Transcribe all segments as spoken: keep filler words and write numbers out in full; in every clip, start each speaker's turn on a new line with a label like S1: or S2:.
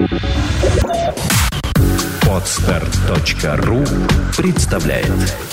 S1: Подстер точка ру представляет.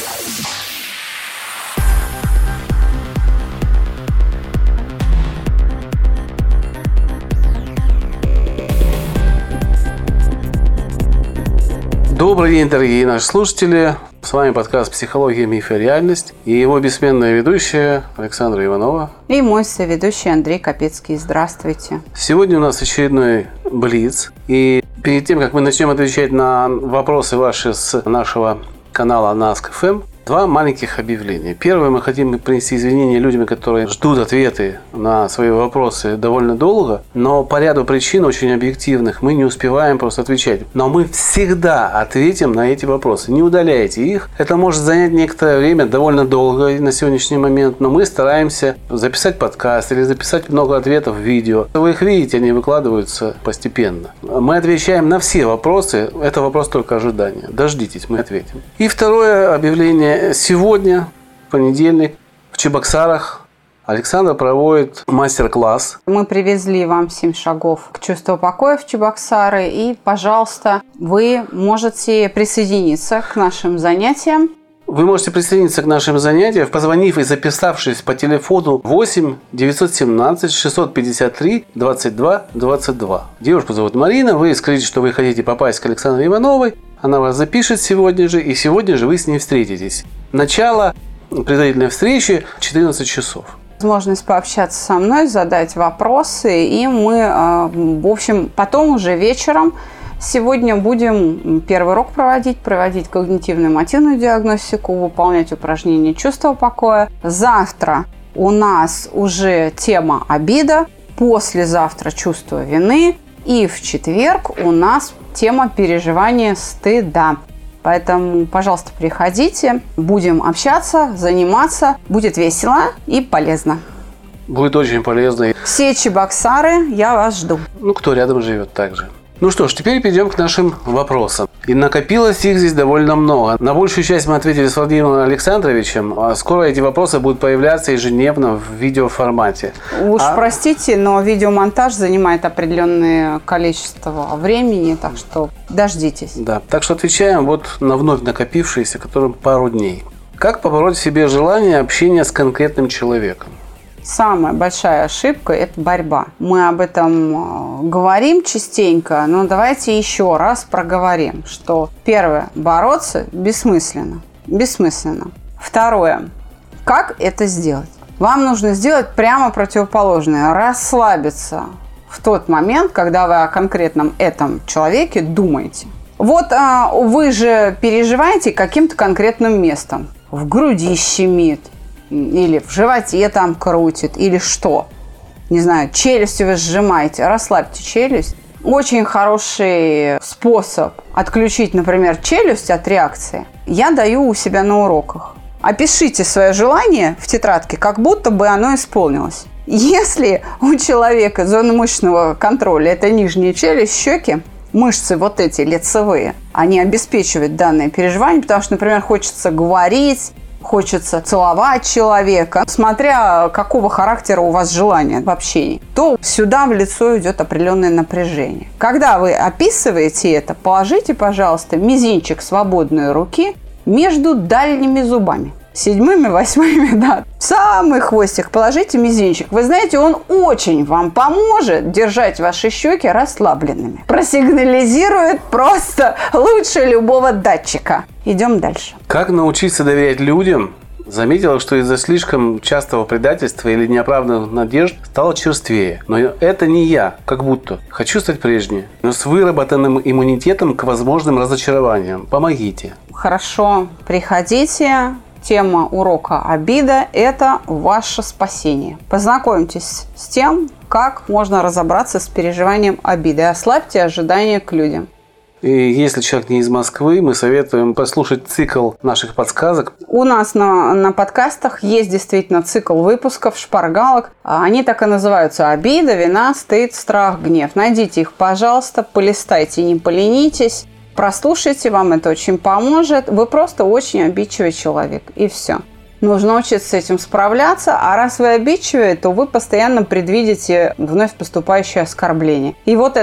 S2: Добрый день, дорогие наши слушатели. С вами подкаст «Психология, миф и реальность» и его бессменная ведущая Александра Иванова. И
S3: мой соведущий Андрей Капецкий. Здравствуйте.
S2: Сегодня у нас очередной блиц. И перед тем, как мы начнем отвечать на вопросы ваши с нашего канала Наск эф эм, два маленьких объявления. Первое, мы хотим принести извинения людям, которые ждут ответы на свои вопросы довольно долго, но по ряду причин очень объективных мы не успеваем просто отвечать. Но мы всегда ответим на эти вопросы. Не удаляйте их. Это может занять некоторое время, довольно долго на сегодняшний момент, но мы стараемся записать подкаст или записать много ответов в видео. Вы их видите, они выкладываются постепенно. Мы отвечаем на все вопросы. Это вопрос только ожидания. Дождитесь, мы ответим. И второе объявление. Сегодня, в понедельник, в Чебоксарах Александра проводит мастер-класс.
S3: Мы привезли вам семь шагов к чувству покоя в Чебоксары. И, пожалуйста, вы можете присоединиться к нашим занятиям.
S2: Вы можете присоединиться к нашим занятиям, позвонив и записавшись по телефону восемь девятьсот семнадцать шестьсот пятьдесят три двадцать два двадцать два. Девушку зовут Марина. Вы скажите, что вы хотите попасть к Александре Ивановой. Она вас запишет сегодня же, и сегодня же вы с ней встретитесь. Начало предварительной встречи в четырнадцать часов.
S3: Возможность пообщаться со мной, задать вопросы, и мы, в общем, потом уже вечером сегодня будем первый урок проводить, проводить когнитивно-эмотивную диагностику, выполнять упражнения чувства покоя. Завтра у нас уже тема обида, послезавтра чувство вины, и в четверг у нас тема переживания стыда. Поэтому, пожалуйста, приходите, будем общаться, заниматься, будет весело и полезно.
S2: Будет очень полезно.
S3: Все Чебоксары, я вас жду.
S2: Ну, кто рядом живет также. Ну что ж, теперь перейдем к нашим вопросам. И накопилось их здесь довольно много. На большую часть мы ответили с Владимиром Александровичем. А скоро эти вопросы будут появляться ежедневно в видеоформате.
S3: Уж
S2: а...
S3: простите, но видеомонтаж занимает определенное количество времени, так что дождитесь.
S2: Да, так что отвечаем вот на вновь накопившиеся, которым пару дней. Как побороть в себе желание общения с конкретным человеком?
S3: Самая большая ошибка – это борьба. Мы об этом говорим частенько, но давайте еще раз проговорим, что первое – бороться бессмысленно. Бессмысленно. Второе – как это сделать? Вам нужно сделать прямо противоположное – расслабиться в тот момент, когда вы о конкретном этом человеке думаете. Вот а, вы же переживаете каким-то конкретным местом. В груди щемит. Или в животе там крутит, или что. Не знаю, челюстью вы сжимаете. Расслабьте челюсть. Очень хороший способ отключить, например, челюсть от реакции я даю у себя на уроках. Опишите свое желание в тетрадке, как будто бы оно исполнилось. Если у человека зона мышечного контроля – это нижняя челюсть, щеки, мышцы вот эти лицевые, они обеспечивают данное переживание, потому что, например, хочется говорить, хочется целовать человека, смотря какого характера у вас желание в общении, то сюда в лицо идет определенное напряжение. Когда вы описываете это, положите, пожалуйста, мизинчик свободной руки между дальними зубами. Седьмыми, восьмыми, да. В самый хвостик положите мизинчик. Вы знаете, он очень вам поможет держать ваши щеки расслабленными. Просигнализирует просто лучше любого датчика. Идем дальше.
S2: Как научиться доверять людям? Заметила, что из-за слишком частого предательства или неоправданных надежд стало черствее. Но это не я, как будто. Хочу стать прежней, но с выработанным иммунитетом к возможным разочарованиям. Помогите.
S3: Хорошо, приходите. Тема урока обида – это ваше спасение. Познакомьтесь с тем, как можно разобраться с переживанием обиды. Ослабьте ожидания к людям.
S2: И если человек не из Москвы, мы советуем послушать цикл наших подсказок.
S3: У нас на, на подкастах есть действительно цикл выпусков, шпаргалок. Они так и называются: обида, вина, стыд, страх, гнев. Найдите их, пожалуйста, полистайте, не поленитесь. Прослушайте, вам это очень поможет. Вы просто очень обидчивый человек, и все. Нужно учиться с этим справляться, а раз вы обидчивые, то вы постоянно предвидите вновь поступающее оскорбление. И вот это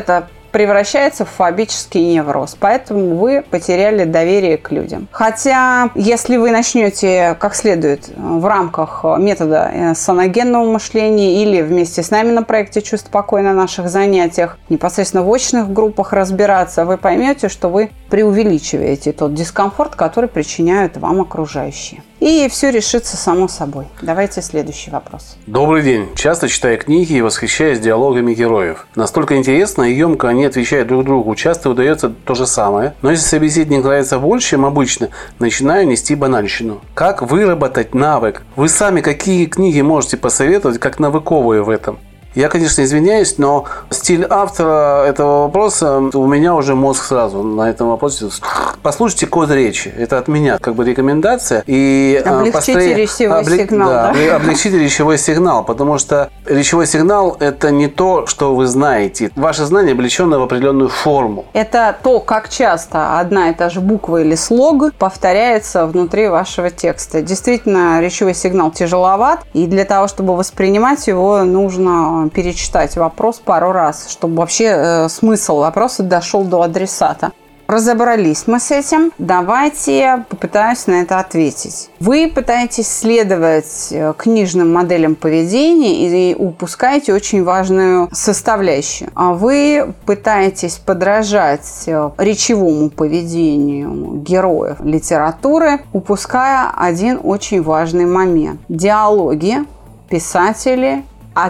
S3: превращается в фобический невроз. Поэтому вы потеряли доверие к людям. Хотя, если вы начнете как следует в рамках метода саногенного мышления или вместе с нами на проекте «Чувство покоя» на наших занятиях, непосредственно в очных группах разбираться, вы поймете, что вы преувеличиваете тот дискомфорт, который причиняют вам окружающие. И все решится само собой. Давайте следующий вопрос.
S2: Добрый день. Часто читаю книги и восхищаюсь диалогами героев. Настолько интересно и емко они отвечают друг другу. Часто удается то же самое. Но если собеседник нравится больше, чем обычно, начинаю нести банальщину. Как выработать навык? Вы сами какие книги можете посоветовать, как навыковые в этом? Я, конечно, извиняюсь, но стиль автора этого вопроса, у меня уже мозг сразу на этом вопросе. Послушайте код речи. Это от меня как бы рекомендация. И
S3: облегчите построить... речевой Облег... сигнал. Да, да? Облегчите
S2: речевой сигнал, потому что речевой сигнал – это не то, что вы знаете. Ваше знание облечено в определенную форму.
S3: Это то, как часто одна и та же буква или слог повторяется внутри вашего текста. Действительно, речевой сигнал тяжеловат, и для того, чтобы воспринимать его, нужно перечитать вопрос пару раз, чтобы вообще э, смысл вопроса дошел до адресата. Разобрались мы с этим. Давайте попытаюсь на это ответить. Вы пытаетесь следовать книжным моделям поведения и упускаете очень важную составляющую. А вы пытаетесь подражать речевому поведению героев литературы, упуская один очень важный момент. Диалоги писатели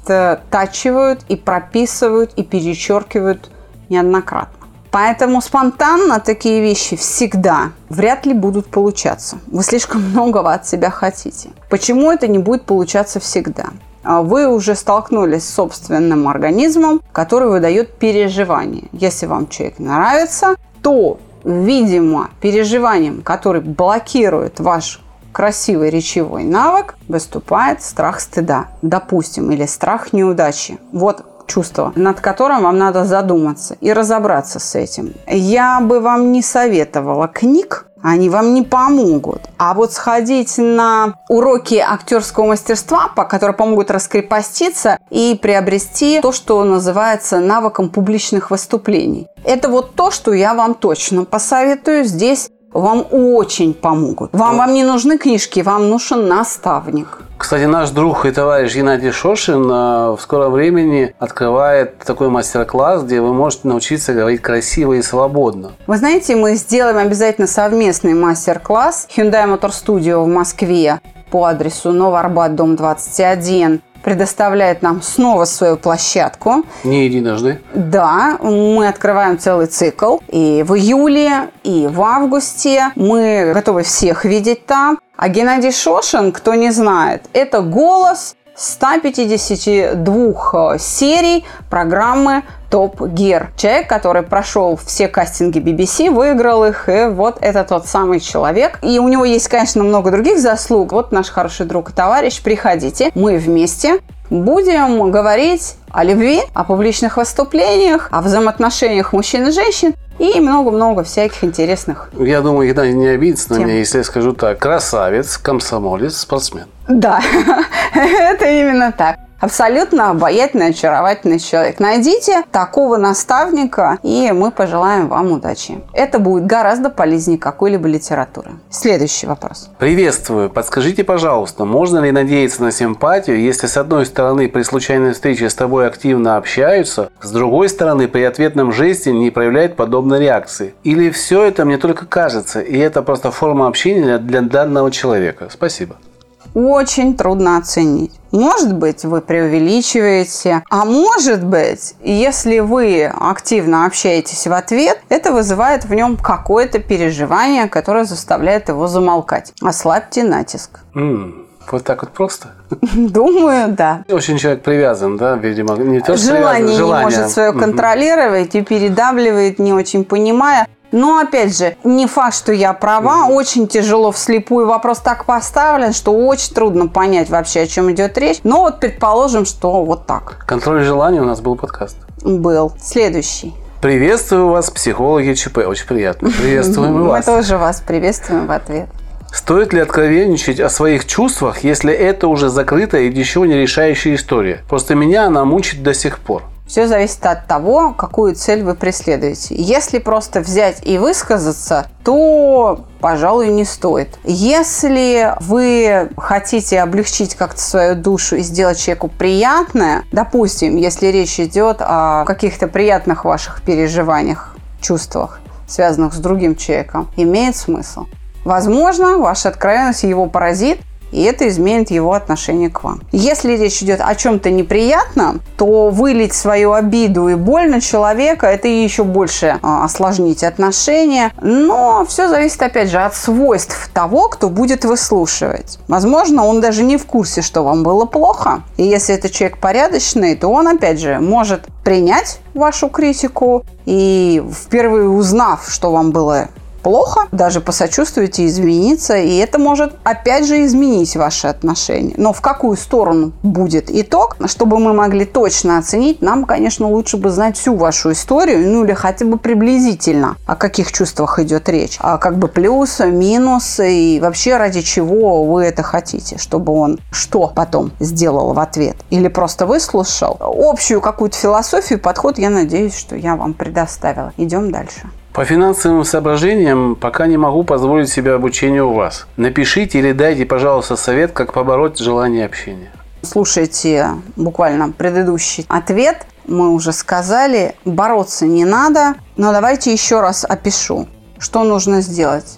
S3: оттачивают и прописывают и перечеркивают неоднократно. Поэтому спонтанно такие вещи всегда вряд ли будут получаться. Вы слишком многого от себя хотите. Почему это не будет получаться всегда? Вы уже столкнулись с собственным организмом, который выдает переживания. Если вам человек нравится, то, видимо, переживанием, который блокирует ваш красивый речевой навык, выступает страх стыда, допустим, или страх неудачи. Вот чувство, над которым вам надо задуматься и разобраться с этим. Я бы вам не советовала книг, они вам не помогут. А вот сходить на уроки актерского мастерства, которые помогут раскрепоститься и приобрести то, что называется навыком публичных выступлений. Это вот то, что я вам точно посоветую. Здесь вам очень помогут. Вам, вам не нужны книжки, вам нужен наставник.
S2: Кстати, наш друг и товарищ Геннадий Шошин в скором времени открывает такой мастер-класс, где вы можете научиться говорить красиво и свободно.
S3: Вы знаете, мы сделаем обязательно совместный мастер-класс Hyundai Motor Studio в Москве по адресу Новый Арбат, дом двадцать один. Предоставляет нам снова свою площадку.
S2: Не единожды.
S3: Да, мы открываем целый цикл. И в июле, и в августе. Мы готовы всех видеть там. А Геннадий Шошин, кто не знает, это голос ста пятидесяти двух серий программы Top Gear. Человек, который прошел все кастинги би би си, выиграл их, и вот это тот самый человек. И у него есть, конечно, много других заслуг. Вот наш хороший друг и товарищ, приходите, мы вместе будем говорить о любви, о публичных выступлениях, о взаимоотношениях мужчин и женщин и много-много всяких интересных.
S2: Я думаю, Геннадий не обидится на меня, если я скажу так. Красавец, комсомолец, спортсмен.
S3: Да, это именно так. Абсолютно обаятельный, очаровательный человек. Найдите такого наставника, и мы пожелаем вам удачи. Это будет гораздо полезнее какой-либо литературы. Следующий вопрос.
S2: Приветствую. Подскажите, пожалуйста, можно ли надеяться на симпатию, если с одной стороны при случайной встрече с тобой активно общаются, с другой стороны при ответном жесте не проявляют подобной реакции? Или все это мне только кажется, и это просто форма общения для данного человека? Спасибо.
S3: Очень трудно оценить. Может быть, вы преувеличиваете, а может быть, если вы активно общаетесь в ответ, это вызывает в нем какое-то переживание, которое заставляет его замолкать. Ослабьте натиск.
S2: Mm. Вот так вот просто?
S3: Думаю, да.
S2: Очень человек привязан, да, видимо. Не то, что
S3: Желание
S2: привязан, желание
S3: не может свое контролировать и передавливает, не очень понимая. Но, опять же, не факт, что я права. Mm-hmm. Очень тяжело вслепую. Вопрос так поставлен, что очень трудно понять вообще, о чем идет речь. Но вот предположим, что вот так.
S2: Контроль желания у нас был подкаст.
S3: Был. Следующий.
S2: Приветствую вас, психологи ЧП. Очень приятно. Приветствуем вас.
S3: Мы тоже вас приветствуем в ответ.
S2: Стоит ли откровенничать о своих чувствах, если это уже закрытая и ничего не решающая история? Просто меня она мучит до сих пор.
S3: Все зависит от того, какую цель вы преследуете. Если просто взять и высказаться, то, пожалуй, не стоит. Если вы хотите облегчить как-то свою душу и сделать человеку приятное, допустим, если речь идет о каких-то приятных ваших переживаниях, чувствах, связанных с другим человеком, имеет смысл. Возможно, ваша откровенность его поразит, и это изменит его отношение к вам. Если речь идет о чем-то неприятном, то вылить свою обиду и боль на человека – это еще больше а, осложнить отношения. Но все зависит, опять же, от свойств того, кто будет выслушивать. Возможно, он даже не в курсе, что вам было плохо. И если это человек порядочный, то он, опять же, может принять вашу критику и, впервые узнав, что вам было плохо, даже посочувствовать и измениться, и это может опять же изменить ваши отношения. Но в какую сторону будет итог, чтобы мы могли точно оценить, нам, конечно, лучше бы знать всю вашу историю, ну или хотя бы приблизительно, о каких чувствах идет речь, а как бы плюсы, минусы и вообще ради чего вы это хотите, чтобы он что потом сделал в ответ или просто выслушал. Общую какую-то философию, подход, я надеюсь, что я вам предоставила. Идем дальше.
S2: По финансовым соображениям пока не могу позволить себе обучение у вас. Напишите или дайте, пожалуйста, совет, как побороть желание общения.
S3: Слушайте буквально предыдущий ответ. Мы уже сказали, бороться не надо, но давайте еще раз опишу, что нужно сделать.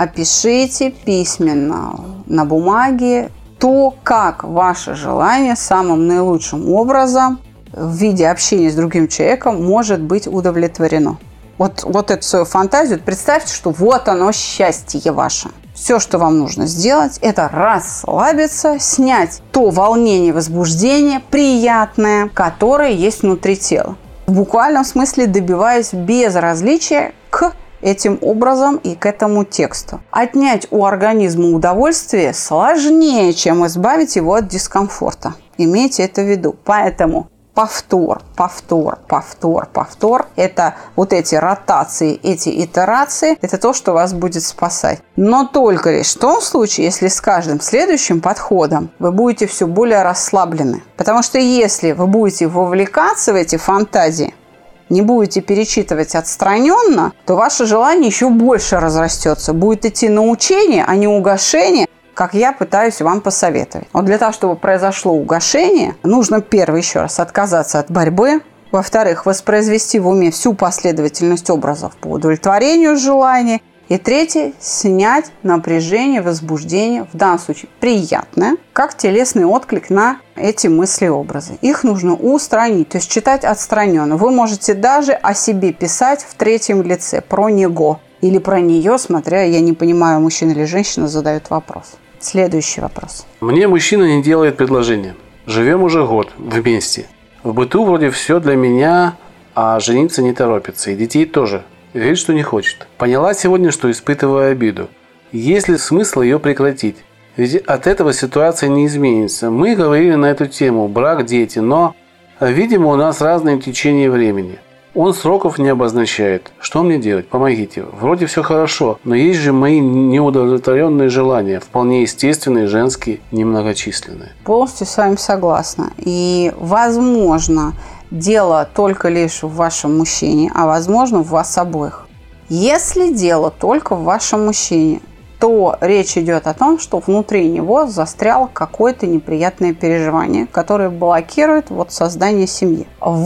S3: Опишите письменно на бумаге то, как ваше желание самым наилучшим образом в виде общения с другим человеком может быть удовлетворено. Вот, вот эту свою фантазию, представьте, что вот оно, счастье ваше. Все, что вам нужно сделать, это расслабиться, снять то волнение, возбуждение приятное, которое есть внутри тела. В буквальном смысле добиваясь безразличия к этим образом и к этому тексту. Отнять у организма удовольствие сложнее, чем избавить его от дискомфорта. Имейте это в виду. Поэтому повтор, повтор, повтор, повтор. Это вот эти ротации, эти итерации. Это то, что вас будет спасать. Но только лишь в том случае, если с каждым следующим подходом вы будете все более расслаблены. Потому что если вы будете вовлекаться в эти фантазии, не будете перечитывать отстраненно, то ваше желание еще больше разрастется. Будет идти на учение, а не угошение, как я пытаюсь вам посоветовать. Вот для того, чтобы произошло угошение, нужно, первое, еще раз, отказаться от борьбы. Во-вторых, воспроизвести в уме всю последовательность образов по удовлетворению желания. И третье, снять напряжение, возбуждение, в данном случае приятное, как телесный отклик на эти мысли и образы. Их нужно устранить, то есть читать отстраненно. Вы можете даже о себе писать в третьем лице, про него или про нее, смотря, я не понимаю, мужчина или женщина задают вопрос. Следующий вопрос.
S2: Мне мужчина не делает предложение. Живем уже год вместе. В быту вроде все для меня, а жениться не торопится. И детей тоже. Говорит, что не хочет. Поняла сегодня, что испытываю обиду. Есть ли смысл ее прекратить? Ведь от этого ситуация не изменится. Мы говорили на эту тему, брак, дети, но, видимо, у нас разное течение времени. Он сроков не обозначает. Что мне делать? Помогите. Вроде все хорошо, но есть же мои неудовлетворенные желания, вполне естественные, женские, немногочисленные.
S3: Полностью с вами согласна. И, возможно, дело только лишь в вашем мужчине, а возможно в вас обоих. Если дело только в вашем мужчине, то речь идет о том, что внутри него застряло какое-то неприятное переживание, которое блокирует вот создание семьи.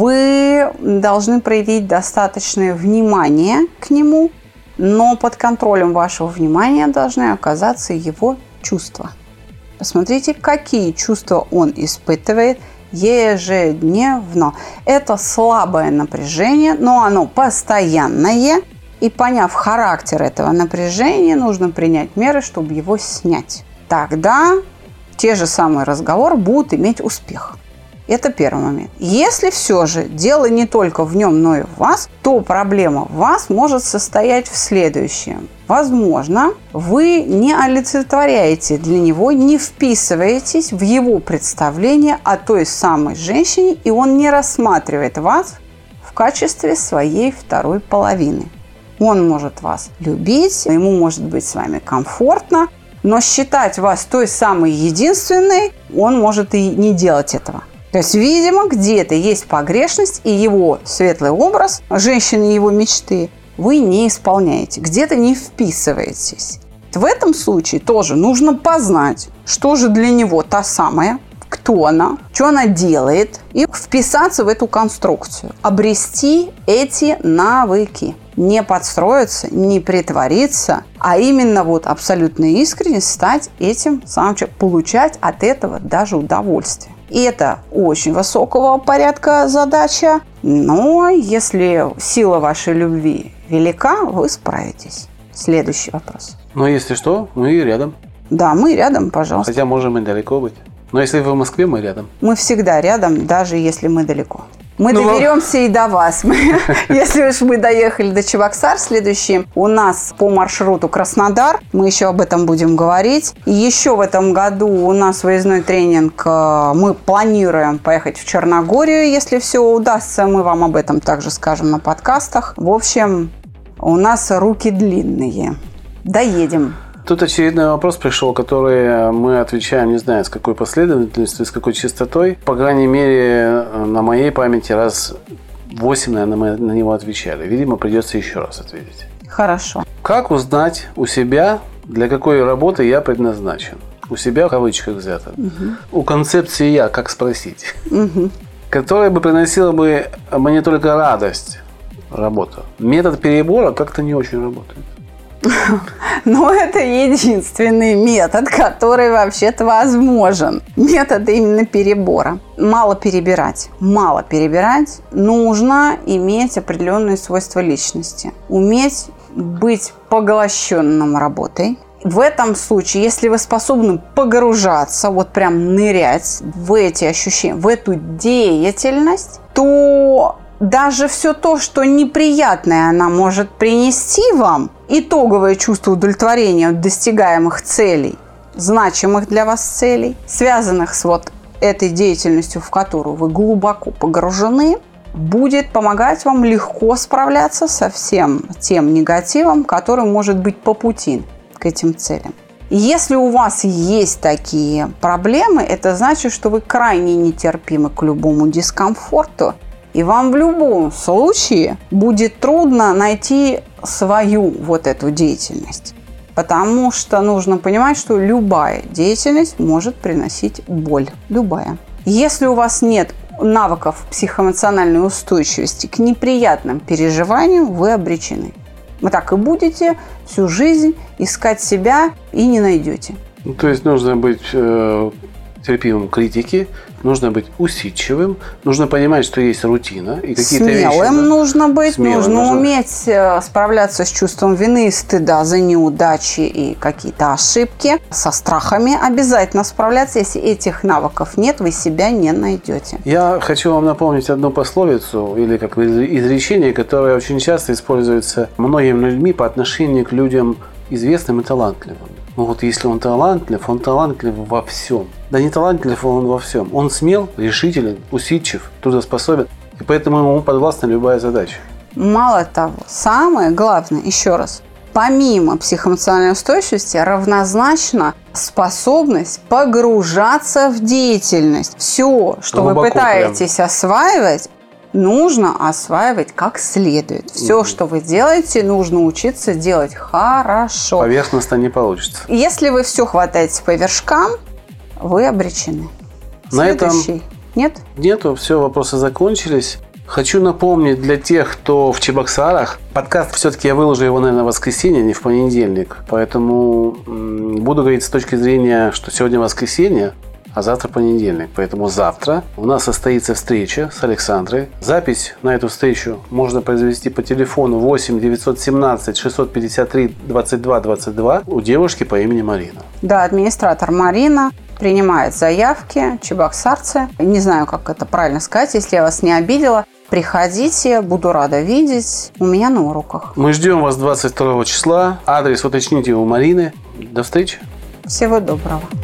S3: Вы должны проявить достаточное внимание к нему, но под контролем вашего внимания должны оказаться его чувства. Посмотрите, какие чувства он испытывает ежедневно. Это слабое напряжение, но оно постоянное. И поняв характер этого напряжения, нужно принять меры, чтобы его снять. Тогда те же самые разговоры будут иметь успех. Это первый момент. Если все же дело не только в нем, но и в вас, то проблема в вас может состоять в следующем. Возможно, вы не олицетворяете для него, не вписываетесь в его представление о той самой женщине, и он не рассматривает вас в качестве своей второй половины. Он может вас любить, ему может быть с вами комфортно, но считать вас той самой единственной он может и не делать этого. То есть, видимо, где-то есть погрешность, и его светлый образ, женщины его мечты, вы не исполняете, где-то не вписываетесь. В этом случае тоже нужно познать, что же для него та самая, кто она, что она делает, и вписаться в эту конструкцию, обрести эти навыки. Не подстроиться, не притвориться, а именно вот абсолютно искренне стать этим самым человеком, получать от этого даже удовольствие. И это очень высокого порядка задача, но если сила вашей любви велика, вы справитесь. Следующий вопрос.
S2: Но если что, мы рядом.
S3: Да, мы рядом, пожалуйста.
S2: Хотя можем и далеко быть. Но если вы в Москве, мы рядом.
S3: Мы всегда рядом, даже если мы далеко. Мы ну, доберемся и до вас. Если уж мы доехали до Чебоксар, следующий у нас по маршруту Краснодар. Мы еще об этом будем говорить. И еще в этом году у нас выездной тренинг. Мы планируем поехать в Черногорию. Если все удастся, мы вам об этом также скажем на подкастах. В общем, у нас руки длинные. Доедем.
S2: Тут очередной вопрос пришел, который мы отвечаем, не знаю, с какой последовательностью, с какой частотой. По крайней мере, на моей памяти раз восемь, наверное, мы на него отвечали. Видимо, придется еще раз ответить.
S3: Хорошо.
S2: Как узнать у себя, для какой работы я предназначен? У себя в кавычках взято. Угу. У концепции «я» как спросить? Угу. Которая бы приносила бы мне только радость работу. Метод перебора как-то не очень работает.
S3: Но это единственный метод, который вообще-то возможен. Метод именно перебора. Мало перебирать. Мало перебирать. Нужно иметь определенные свойства личности. Уметь быть поглощенным работой. В этом случае, если вы способны погружаться, вот прям нырять в эти ощущения, в эту деятельность, то даже все то, что неприятное она может принести вам, итоговое чувство удовлетворения от достигаемых целей, значимых для вас целей, связанных с вот этой деятельностью, в которую вы глубоко погружены, будет помогать вам легко справляться со всем тем негативом, который может быть по пути к этим целям. Если у вас есть такие проблемы, это значит, что вы крайне нетерпимы к любому дискомфорту, и вам в любом случае будет трудно найти свою вот эту деятельность. Потому что нужно понимать, что любая деятельность может приносить боль. Любая. Если у вас нет навыков психоэмоциональной устойчивости к неприятным переживаниям, вы обречены. Вы так и будете всю жизнь искать себя и не найдете.
S2: Ну, то есть нужно быть э, терпимым к критике, нужно быть усидчивым, нужно понимать, что есть рутина и какие-то вещи.
S3: Смелым
S2: да?
S3: нужно быть,
S2: Смелым
S3: нужно,
S2: нужно
S3: уметь справляться с чувством вины и стыда за неудачи и какие-то ошибки. Со страхами обязательно справляться. Если этих навыков нет, вы себя не найдете.
S2: Я хочу вам напомнить одну пословицу или как изречение, которое очень часто используется многими людьми по отношению к людям известным и талантливым. Ну вот если он талантлив, он талантлив во всем. Да не талантлив он во всем. Он смел, решителен, усидчив, трудоспособен. И поэтому ему подвластна любая задача.
S3: Мало того, самое главное, еще раз, помимо психоэмоциональной устойчивости, равнозначно способность погружаться в деятельность. Все, что глубоко вы пытаетесь прям осваивать, нужно осваивать как следует. Все, угу. что вы делаете, нужно учиться делать хорошо.
S2: Поверхностно не получится.
S3: Если вы все хватаете по вершкам, вы обречены.
S2: На
S3: Следующий.
S2: этом
S3: Нет?
S2: Нету, все, вопросы закончились. Хочу напомнить для тех, кто в Чебоксарах, подкаст все-таки я выложу его, наверное, в воскресенье, не в понедельник. Поэтому м- буду говорить с точки зрения, что сегодня воскресенье, а завтра понедельник. Поэтому завтра у нас состоится встреча с Александрой. Запись на эту встречу можно произвести по телефону восемь девятьсот семнадцать шестьсот пятьдесят три двадцать два двадцать два у девушки по имени Марина.
S3: Да, администратор Марина принимает заявки, чебоксарцы. Не знаю, как это правильно сказать, если я вас не обидела. Приходите, буду рада видеть у меня на уроках.
S2: Мы ждем вас двадцать второго числа. Адрес уточните у Марины. До встречи.
S3: Всего доброго.